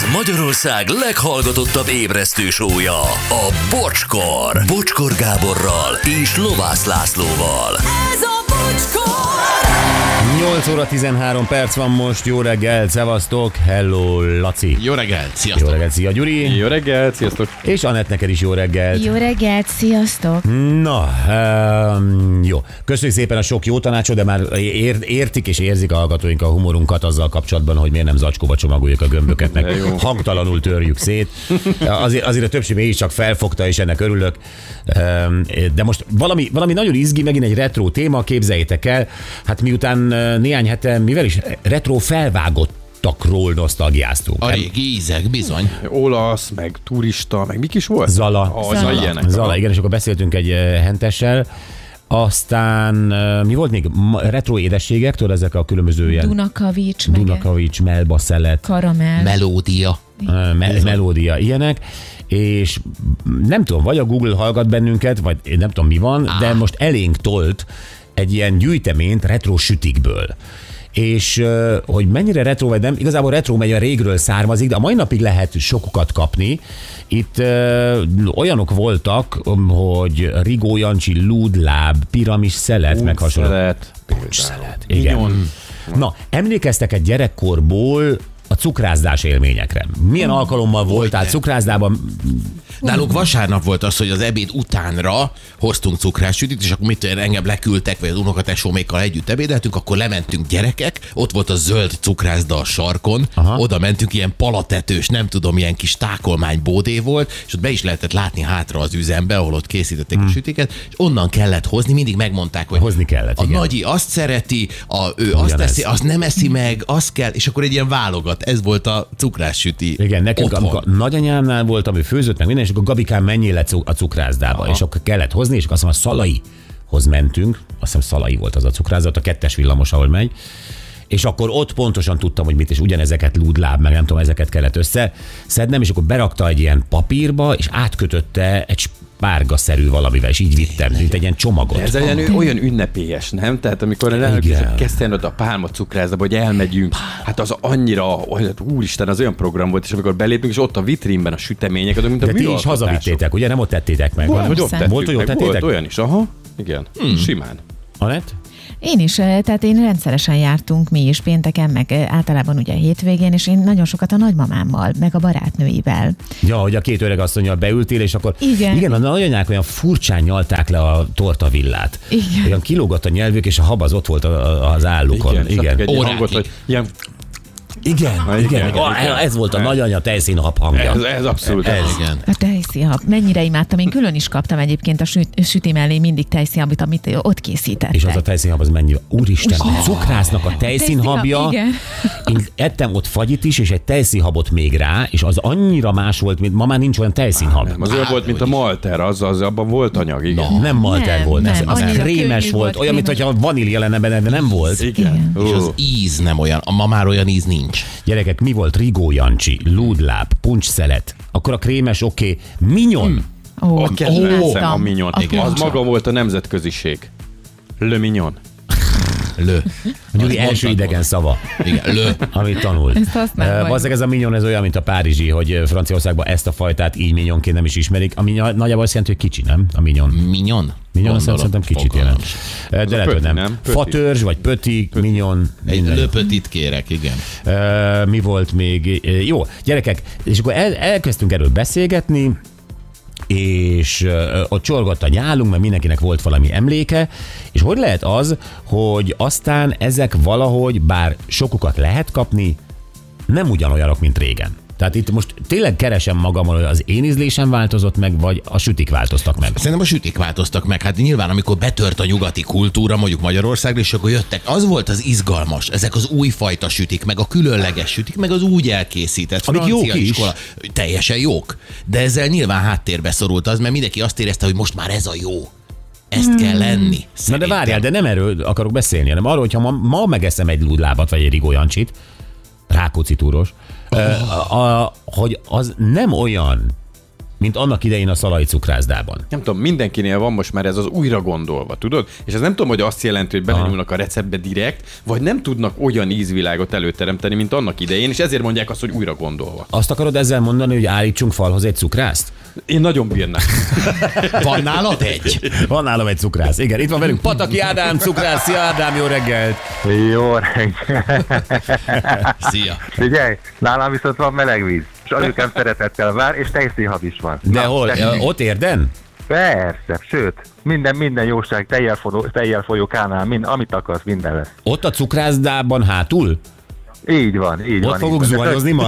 Ez Magyarország leghallgatottabb ébresztő show-ja, a Bocskor. Bocskor Gáborral és Lovász Lászlóval. Ez a Bocskor! 8 óra 13 perc van most, jó reggelt, szevasztok, hello Laci. Jó reggelt, sziasztok. Jó reggelt, szia Gyuri. Jó reggelt, sziasztok. És Anett, neked is jó reggelt. Jó reggelt, sziasztok! Na, jó. Köszönjük szépen a sok jó tanácsot, de már értik és érzik a hallgatóink a humorunkat azzal kapcsolatban, hogy miért nem zacskóba csomagoljuk a gömböket, meg hangtalanul törjük szét. Azért a többség mégiscsak felfogta, és ennek örülök. De most valami nagyon izgi, megint egy retro téma, képzeljétek el. Hát miután néhány hete, mivel is retro felvágottakról nosztalgiáztunk. A régi ízek, bizony. Olasz, meg turista, meg mik is volt? Zala. Zala, igen, és akkor beszéltünk egy hentessel. Aztán mi volt még? Retro édességek, tudod, ezek a különböző ilyen... Dunakavics, melba szelet. Karamell. Melódia. Melódia, ilyenek. És nem tudom, vagy a Google hallgat bennünket, vagy én nem tudom mi van, de most elénk tolt egy ilyen gyűjteményt retro sütikből. És hogy mennyire retro vagy nem, igazából retro megy a régről származik, de a mai napig lehet sokukat kapni. Itt olyanok voltak, hogy Rigó Jancsi, lúdláb, piramis szelet, meg hasonló. Puncszelet. Igen. Na, emlékeztek egy gyerekkorból a cukrászdás élményekre? Milyen alkalommal voltál cukrászdában? Nálunk vasárnap volt az, hogy az ebéd utánra hoztunk cukrássütit, és akkor mit tudom, engem leküldtek, vagy az unokatestvéreimmel együtt ebédeltünk, akkor lementünk gyerekek, ott volt a zöld cukrászda a sarkon, oda mentünk, ilyen palatetős, nem tudom, ilyen kis tákolmány bódé volt, és ott be is lehetett látni hátra az üzembe, ahol ott készítették a sütiket, és onnan kellett hozni, mindig megmondták, hogy hozni kellett, a igen. nagyi azt szereti, ő azt teszi, azt nem eszi meg, azt kell, és akkor egy ilyen válogat. Ez volt a cukrássüti. Igen, nekünk a nagyanyámnál voltam, ő főzött meg minden, és akkor Gabikám, menjél le a cukrászdába, és akkor kellett hozni, és akkor azt mondom, a Szalaihoz mentünk, azt hiszem Szalai volt az a cukrászda, a 2-es villamos, ahol megy, és akkor ott pontosan tudtam, hogy mit, és ugyanezeket lúdláb, meg nem tudom, ezeket kellett összeszednem, és akkor berakta egy ilyen papírba, és átkötötte egy spárgaszerű valamivel, és így vittem, mint egy ilyen csomagot. Ez olyan ünnepélyes, nem? Tehát amikor kezdtél a pálma cukrászdába, hogy elmegyünk, hát az annyira, úristen, az olyan program volt, és amikor belépünk, és ott a vitrínben a sütemények, mint a de ti is hazavittétek, ugye? Nem ott tettétek meg? Volt olyan is, aha, igen, simán. Anett? Én is, tehát én rendszeresen jártunk, mi is pénteken, meg általában ugye hétvégén, és én nagyon sokat a nagymamámmal, meg a barátnőivel. Ja, hogy a két öreg asszonnyal beültél, és akkor igen, a nagyanyák olyan furcsán nyalták le a tortavillát. Igen. Olyan kilógott a nyelvük, és a hab az ott volt az állukon. Igen. Egy hangot, hogy ilyen... Igen. Ez volt a nagyanya tejszínhab hangja. Ez abszolút. Igen. A tejszínhab. Mennyire imádtam. Én külön is kaptam egyébként a süti mellé mindig tejszínhabit, amit ott készítettek. És az a tejszínhab az mennyi? Úristen, a cukrásznak a tejszínhabja. Én ettem ott fagyit is, és egy tejszínhabot még rá, és az annyira más volt, mint ma már nincs olyan tejszínhab. Nem, az olyan volt, mint a malter, az abban volt anyag, igen. Nem malter volt, az krémes volt, olyan, mint hogyha vanília lenne benne, de nem volt. Igen. És az íz nem olyan, ma már olyan íz nincs. Gyerekek, mi volt? Rigó Jancsi, lúdláb, puncsszelet, akkor a krémes, mignon. A kedvencem a mignon. Az Puncsa. maga volt a nemzetköziség. Le mignon. Gyuri első idegen szava. Igen, amit tanult. Ezt használom. Valószínűleg ez a mignon, ez olyan, mint a párizsi, hogy Franciaországban ezt a fajtát így mignonként nem is ismerik. Ami nagyjából azt jelenti, hogy kicsi, nem? A mignon. Mignon? Mignon azt szerintem kicsit jelent. De lehet, hogy nem. Fatörzs, vagy pötik, mignon. Egy löpötit kérek, igen. Mi volt még? Jó, gyerekek, és akkor elkezdtünk erről beszélgetni, és ott csorgott a nyálunk, mert mindenkinek volt valami emléke, és hogy lehet az, hogy aztán ezek valahogy, bár sokukat lehet kapni, nem ugyanolyanok, mint régen. Tehát itt most tényleg keresem magamon, hogy az én ízlésem változott meg, vagy a sütik változtak meg? Szerintem a sütik változtak meg. Hát nyilván, amikor betört a nyugati kultúra, mondjuk Magyarországra, és akkor jöttek, az volt az izgalmas, ezek az újfajta sütik, meg a különleges sütik, meg az úgy elkészített amik francia jók iskola. Teljesen jók. De ezzel nyilván háttérbe szorult az, mert mindenki azt érezte, hogy most már ez a jó. Ezt kell lenni. Na de várjál, de nem erről akarok beszélni, hanem arról, hogyha ma megeszem egy lúdlábat, vagy egy Rigó Jancsit, Rákóczi túros, hogy az nem olyan, mint annak idején a Szalai cukrászdában. Nem tudom, mindenkinél van most már ez az újra gondolva, tudod? És ez nem tudom, hogy azt jelenti, hogy belenyúlnak a receptbe direkt, vagy nem tudnak olyan ízvilágot előteremteni, mint annak idején, és ezért mondják azt, hogy újra gondolva. Azt akarod ezzel mondani, hogy állítsunk falhoz egy cukrászt? Én nagyon bírnám. Van nálad egy? Van nálam egy cukrász. Igen, itt van velünk Pataki Ádám cukrász. Szia Ádám, jó reggelt! Jó reggelt! Szia! Figyelj, nálam viszont van meleg víz, és anyukám szeretettel vár, és tejszínhab is van. De hol? Ott Érden? Persze, sőt, minden jóság, tejjel folyó kánál, amit akarsz, minden lesz. Ott a cukrászdában hátul? Így van. Ott fogok zuhanyozni ma?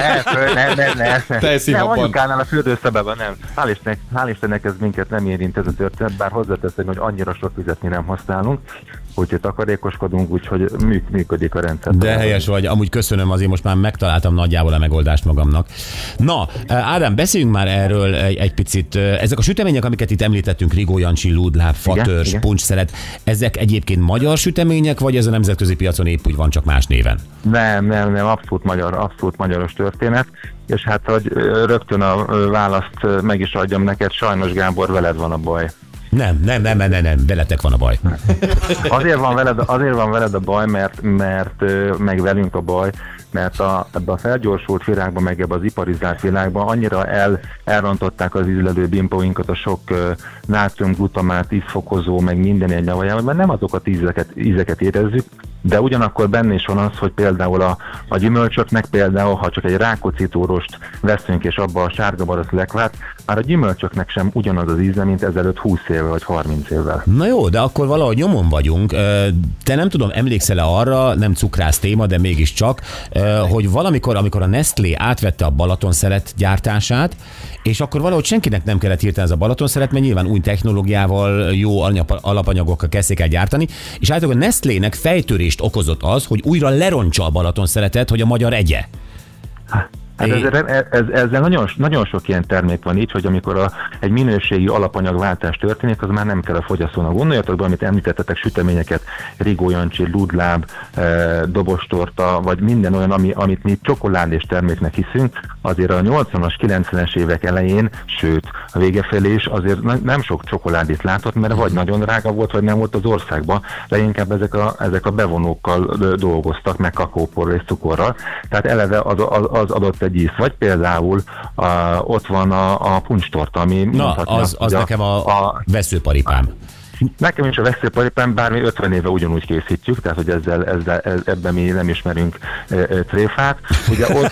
Nem. Tejszínhabban. Anyukánál a fürdőszobában nem. Hál' Istennek ez minket nem érint ez a történet, bár hozzáteszem, hogy annyira sok vizet mi nem használunk, úgyhogy takarékoskodunk, úgyhogy működik a rendszer. De helyes vagy, amúgy köszönöm, azért most már megtaláltam nagyjából a megoldást magamnak. Na, Ádám, beszéljünk már erről egy picit. Ezek a sütemények, amiket itt említettünk, Rigó Jancsi, lúdláb, fatörzs, puncsszeret, ezek egyébként magyar sütemények, vagy ez a nemzetközi piacon épp úgy van, csak más néven? Nem, abszolút magyaros történet, és hát, hogy rögtön a választ meg is adjam neked, sajnos Gábor, veled van a baj. Nem, veletek van a baj. Azért van veled a baj, mert meg velünk a baj, mert ebben a felgyorsult világban, meg ebben az iparizált világban annyira elrontották az ízlelő bimbóinkat a sok nátrium, glutamát, ízfokozó, meg minden ilyen nyavajával, mert nem azokat ízeket érezzük, de ugyanakkor benne is van az, hogy például a gyümölcsöknek például, ha csak egy rákocitúrost veszünk és abba a sárga barack lekvárt, már a gyümölcsöknek sem ugyanaz az íze, mint ezelőtt 20 évvel vagy 30 évvel. Na jó, de akkor valahogy nyomon vagyunk. Te nem tudom, emlékszel-e arra, nem cukrász téma, de mégiscsak, hogy valamikor, amikor a Nestlé átvette a Balatonszeret gyártását, és akkor valahogy senkinek nem kellett hirtelen ez a Balatonszeret, mert nyilván új technológiával, jó alapanyagokkal kezdték el gyártani, és általában a Nestlének fejtörést okozott az, hogy újra lerontsa a Balatonszeretet, hogy a magyar egye. Hát ezzel nagyon sok ilyen termék van így, hogy amikor egy minőségi alapanyagváltás történik, az már nem kell a fogyasztónak. Gondoljatok be, amit említettetek, süteményeket, Rigó Jancsi, lúdláb, dobostorta, vagy minden olyan, amit mi csokoládés terméknek hiszünk, azért a 80-as, 90-es évek elején, sőt, a vége felé is azért nem sok csokoládét látott, mert vagy nagyon drága volt, vagy nem volt az országban, de inkább ezek a bevonókkal dolgoztak, meg kakaóporral és cukorral. Tehát eleve az adott egy íz. Vagy például ott van a puncstorta, ami... Na, az nekem a veszőparipám. Nekem is a veszőparipám, bár mi 50 éve ugyanúgy készítjük, tehát hogy ebben mi nem ismerünk tréfát. Ugye ott,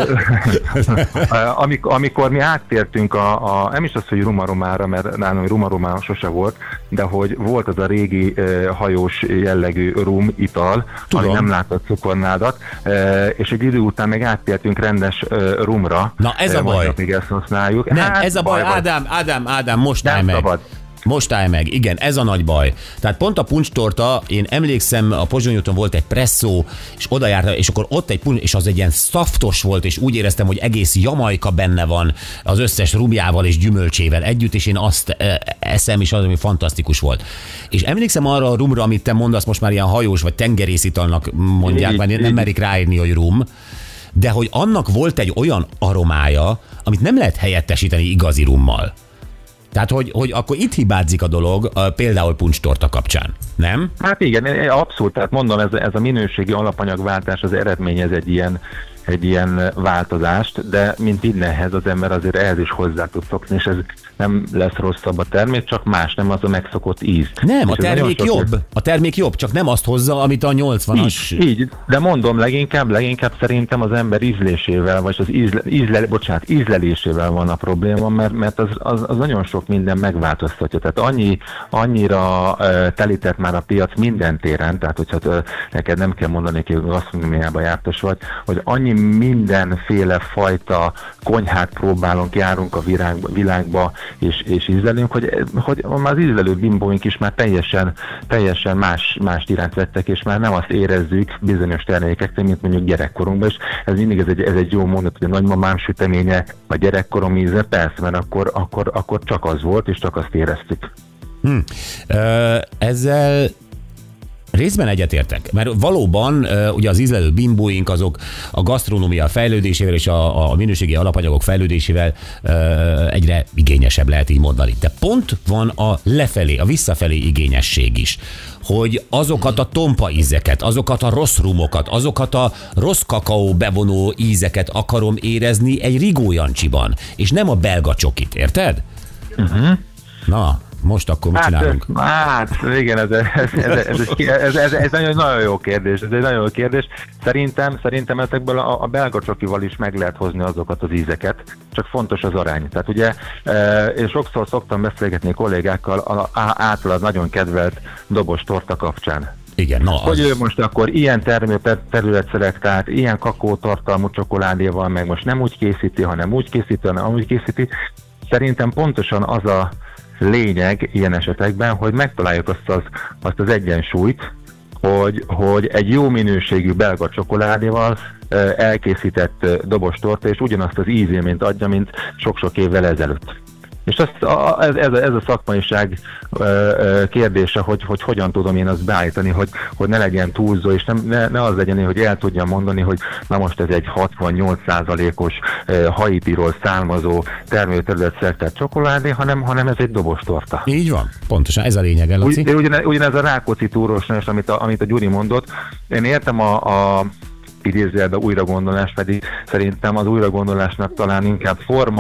amikor mi áttértünk nem is az, hogy rumaromára, mert nálam rumaromá sose volt, de hogy volt az a régi hajós jellegű rum ital, ami nem látott cukornádat, és egy idő után meg áttértünk rendes rumra. Na ez a baj. Még ezt használjuk. Nem, ez a baj. Ádám, most állj meg. Szabad. Most állj meg, igen, ez a nagy baj. Tehát pont a puncstorta, én emlékszem, a Pozsonyi úton volt egy presszó, és oda jártam, és akkor ott egy puncs, és az egy ilyen szaftos volt, és úgy éreztem, hogy egész Jamajka benne van az összes rumjával és gyümölcsével együtt, és én azt eszem, és az, ami fantasztikus volt. És emlékszem arra a rumra, amit te mondasz, most már ilyen hajós vagy tengerészitalnak mondják, mert nem merik ráírni, hogy rum, de hogy annak volt egy olyan aromája, amit nem lehet helyettesíteni igazi rummal. Tehát, hogy akkor itt hibázik a dolog, például puncstorta kapcsán, nem? Hát igen, abszolút. Tehát mondom, ez a minőségi alapanyagváltás az eredményez egy ilyen változást, de mint mindenhez az ember azért ehhez is hozzá tud szokni, és ez nem lesz rosszabb a termék, csak más, nem az a megszokott íz. Nem, a termék jobb. A termék jobb, csak nem azt hozza, amit a 80-as... Így, de mondom, leginkább szerintem az ember ízlésével, vagy az ízlelésével van a probléma, mert az nagyon sok minden megváltoztatja. Tehát annyira telített már a piac minden téren, tehát hogyha neked nem kell mondani, hogy gasztronómiában jártas vagy, hogy annyi mindenféle fajta konyhát próbálunk, járunk a világba, és ízlelünk, hogy már az ízlelő bimbóink is már teljesen más irányt vettek, és már nem azt érezzük bizonyos termékektől, mint mondjuk gyerekkorunkban, és ez mindig ez egy jó mondat, hogy a nagymamám süteménye, a gyerekkorom íze, persze, mert akkor csak az volt, és csak azt éreztük. Ezzel Részben egyetértek, mert valóban ugye az ízlelő bimbóink azok a gasztronómia fejlődésével és a minőségi alapanyagok fejlődésével egyre igényesebb, lehet így mondani. De pont van a lefelé, a visszafelé igényesség is, hogy azokat a tompa ízeket, azokat a rossz rumokat, azokat a rossz kakaó bevonó ízeket akarom érezni egy Rigó Jancsiban, és nem a belga csokit, érted? Na, most akkor mit csinálunk? Hát, igen, ez nagyon jó kérdés. Ez egy nagyon jó kérdés. Szerintem ezekből a belga csokival is meg lehet hozni azokat az ízeket, csak fontos az arány. Tehát ugye én sokszor szoktam beszélgetni kollégákkal általában nagyon kedvelt dobos torta kapcsán. Igen, na, hogy ő most akkor ilyen terület szelektált, ilyen kakaótartalmú csokoládéval, meg most nem úgy készíti, hanem úgy készíti, hanem úgy készíti. Szerintem pontosan az a lényeg ilyen esetekben, hogy megtaláljuk azt az egyensúlyt, hogy egy jó minőségű belga csokoládéval elkészített dobos torta, és ugyanazt az ízélményt adja, mint sok-sok évvel ezelőtt. És ez a szakmaiság kérdése, hogy hogyan tudom én azt beállítani, hogy ne legyen túlzó, és ne az legyen, hogy el tudjam mondani, hogy na most ez egy 68%-os Haitiról származó termőterület szelektált csokoládé, hanem ez egy dobos torta. Így van, pontosan ez a lényeg, Laci. Ugyanez a Rákóczi túrósnál, amit a Gyuri mondott, én értem a idézőjelben újragondolás, pedig szerintem az újragondolásnak talán inkább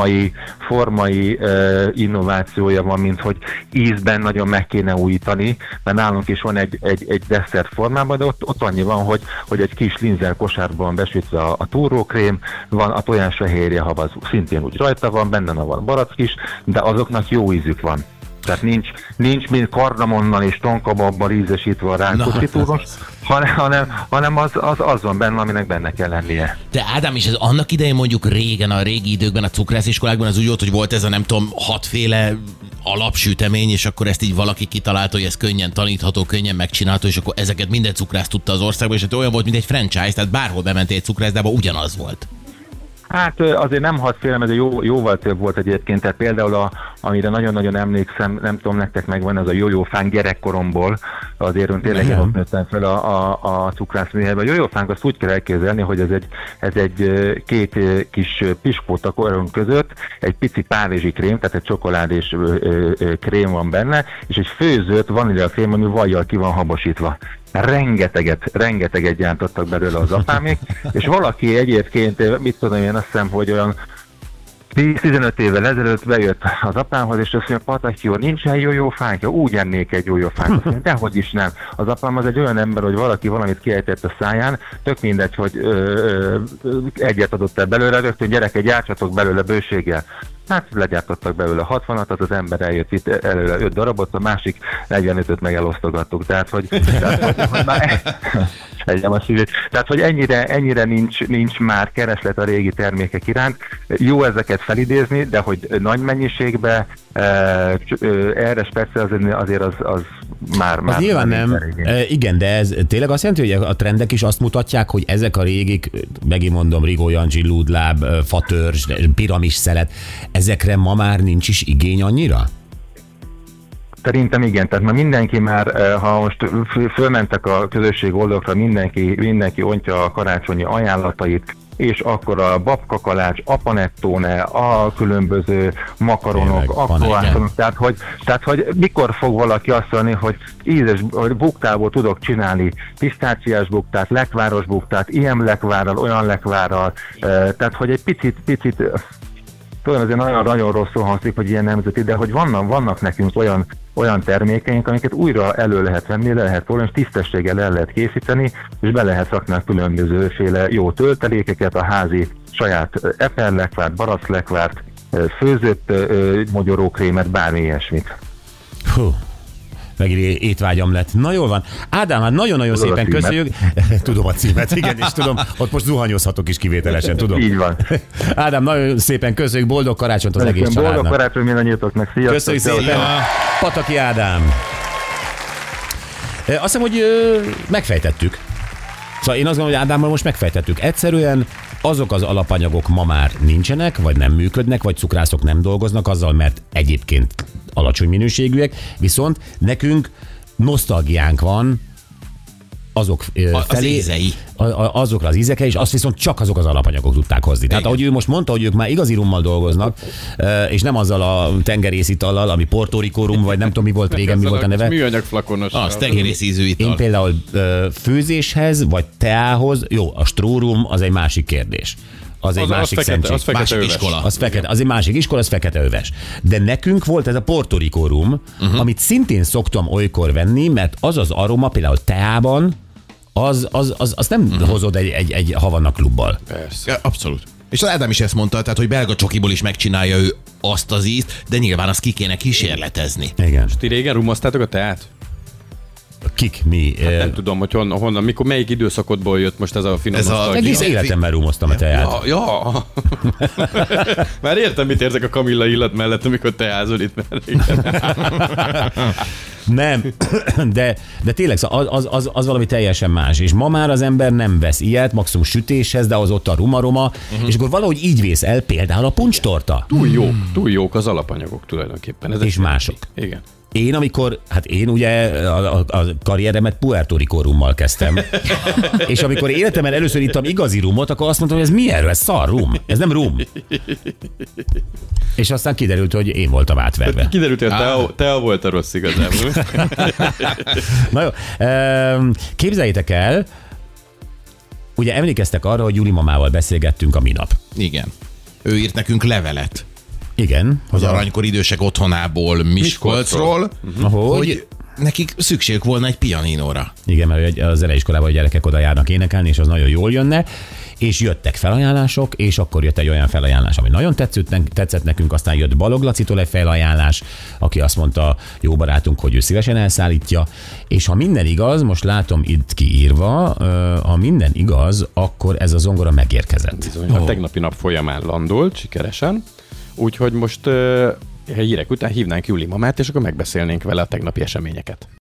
formai innovációja van, mint hogy ízben nagyon meg kéne újítani, mert nálunk is van egy desszert formában, de ott annyi van, hogy egy kis linzer kosárban besütve a túrókrém, van a tojásfehérje, havaz szintén úgy rajta van, benne van barack is, de azoknak jó ízük van. Tehát nincs mint kardamonnal és tonkababbal ízesítve a Rákóczi túros, hanem az van benne, aminek benne kell lennie. De Ádám, és ez annak idején mondjuk régen, a régi időkben, a cukrásziskolákban az úgy volt, hogy volt ez a nem tudom, 6 féle alapsütemény, és akkor ezt így valaki kitalálta, hogy ez könnyen tanítható, könnyen megcsinálható, és akkor ezeket minden cukrász tudta az országban, és hát olyan volt, mint egy franchise, tehát bárhol bementél egy cukrászdába, ugyanaz volt. Hát azért nem 6 féle, ez jóval több volt egyébként, tehát például amire nagyon-nagyon emlékszem, nem tudom, nektek megvan, az a jójófánk gyerekkoromból, azért ön tényleg ott nőttem fel a cukrászműhelyben. A jójófánk azt úgy kell elképzelni, hogy ez egy két kis piskóta koron között egy pici párizsi krém, tehát egy csokoládés krém van benne, és egy főzött vaníliakrém, ami vajjal ki van habosítva. Rengeteget gyártottak belőle az apámék, és valaki egyébként, mit tudom én, azt hiszem, hogy olyan 10-15 évvel ezelőtt bejött az apámhoz, és azt mondja, Pataki úr, nincsen jójófánkja? Úgy ennék egy jójófánkot. Dehogy is nem. Az apám az egy olyan ember, hogy valaki valamit kiejtett a száján, tök mindegy, hogy egyet adott el belőle, rögtön gyerekek, gyártsatok belőle bőséggel. Hát legyártottak belőle 60-at, az ember eljött itt előle 5 darabot, a másik 45-öt meg elosztogattuk. Tehát, hogy ennyire nincs már kereslet a régi termékek iránt. Jó ezeket felidézni, de hogy nagy mennyiségbe erre speciál azért az már nyilván nem. Igen, de ez tényleg azt jelenti, hogy a trendek is azt mutatják, hogy ezek a régik, megint mondom, Rigó Jancsi, Lúdláb, fatörzs, piramis szelet, ezekre ma már nincs is igény annyira? Szerintem igen, tehát mindenki már, ha most fölmentek a közösség oldalakra, mindenki ontja a karácsonyi ajánlatait, és akkor a babkakalács, a panettone, a különböző makaronok, a croissantok, tehát hogy mikor fog valaki azt mondani, hogy ízes, hogy buktából tudok csinálni pisztáciás buktát, lekváros buktát, ilyen lekvárral, olyan lekvárral, tehát hogy egy picit tudom, ezért nagyon rosszul hangzik, hogy ilyen nemzeti, de hogy vannak nekünk olyan termékeink, amiket újra elő lehet venni, le lehet volna, és tisztességgel el lehet készíteni, és be lehet rakni a különbözőféle jó töltelékeket, a házi saját eperlekvárt, barackslekvárt, főzött mogyorókrémet, bármi ilyesmit. Megint étvágyam lett. Na jól van. Ádám, hát nagyon-nagyon szépen köszönjük. Tudom a címet, igen, és tudom, ott most zuhanyozhatok is kivételesen, tudom. Így van. Ádám, nagyon szépen köszönjük, boldog karácsonyt az egész családnak. Boldog karácsony mindannyiatoknak, sziasztok! Köszönjük szépen, Pataki Ádám. Azt hiszem, hogy megfejtettük. Szóval én azt gondolom, hogy Ádámmal most megfejtettük. Egyszerűen azok az alapanyagok ma már nincsenek, vagy nem működnek, vagy cukrászok nem dolgoznak azzal, mert egyébként alacsony minőségűek, viszont nekünk nosztalgiánk van azok Az felé, ízei. azokra az ízekre, és azt viszont csak azok az alapanyagok tudták hozni. Tehát ahogy ő most mondta, hogy ők már igazi rummal dolgoznak, és nem azzal a tengerészitallal, ami Puerto Rico rum, vagy nem tudom mi volt régen, mi volt a neve. Műanyag flakonos. Az tengerész ízű ital. Én például főzéshez, vagy teához, jó, a strórum az egy másik kérdés. Az egy másik szentség. Az fekete Másik öves. iskola. Az fekete, az egy másik iskola, az fekete öves. De nekünk volt ez a Puerto Rico rum, amit szintén szoktam olykor venni, mert az az aroma például teában, az nem hozod egy Havana klubbal. Persze. Ja, abszolút. És az Ádám is ezt mondta, tehát, hogy belga csokiból is megcsinálja ő azt az ízt, de nyilván azt ki kéne kísérletezni. Igen. Ti régen rumoztátok a teát? Kik, mi? Nem tudom, hogy honnan, mikor, melyik időszakodból jött most ez a finom Ez a- nosztalgia. Egész életemben rumoztam a teját. Ja. Már értem, mit érzek a kamilla illat mellett, amikor teázol itt mellett. Nem, de tényleg szóval az valami teljesen más. És ma már az ember nem vesz ilyet, maximum sütéshez, de az ott a rumaroma, és akkor valahogy így vész el például a puncstorta. Túl jók az alapanyagok tulajdonképpen. Ez És mások. Igen. Én ugye a karrieremet Puerto Rico rummal kezdtem. És amikor életemben először ittam igazi rumot, akkor azt mondtam, hogy ez mi erről? Ez szar rum. Ez nem rum. És aztán kiderült, hogy én voltam átverve. Kiderült, hogy te volt a rossz igazából. Na jó, képzeljétek el, ugye emlékeztek arra, hogy Juli mamával beszélgettünk a minap. Igen. Ő írt nekünk levelet Igen. az aranykor idősek otthonából, Miskolcról, hogy nekik szükségük volna egy pianinóra. Igen, mert az zeneiskolában a gyerekek oda járnak énekelni, és az nagyon jól jönne, és jöttek felajánlások, és akkor jött egy olyan felajánlás, ami nagyon tetszett nekünk, aztán jött Balog Lacitól egy felajánlás, aki azt mondta, jó barátunk, hogy ő szívesen elszállítja, és ha minden igaz, most látom itt kiírva, ha minden igaz, akkor ez a zongora megérkezett. Bizony, a tegnapi nap folyamán landolt sikeresen, úgyhogy most hírek után hívnánk Juli mamát, és akkor megbeszélnénk vele a tegnapi eseményeket.